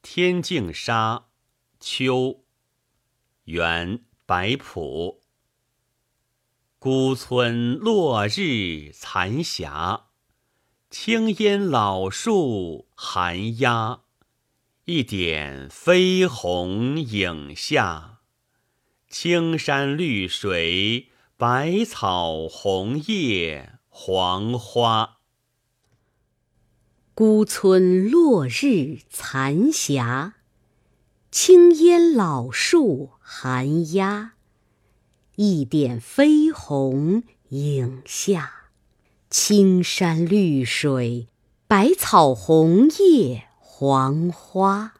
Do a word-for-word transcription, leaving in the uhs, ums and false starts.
天净沙·秋，元·白朴。孤村落日残霞，青烟老树寒鸦。一点飞鸿影下，青山绿水，百草红叶黄花。 孤村落日残霞，青烟老树寒鸦。一点飞鸿影下，青山绿水，百草红叶黄花。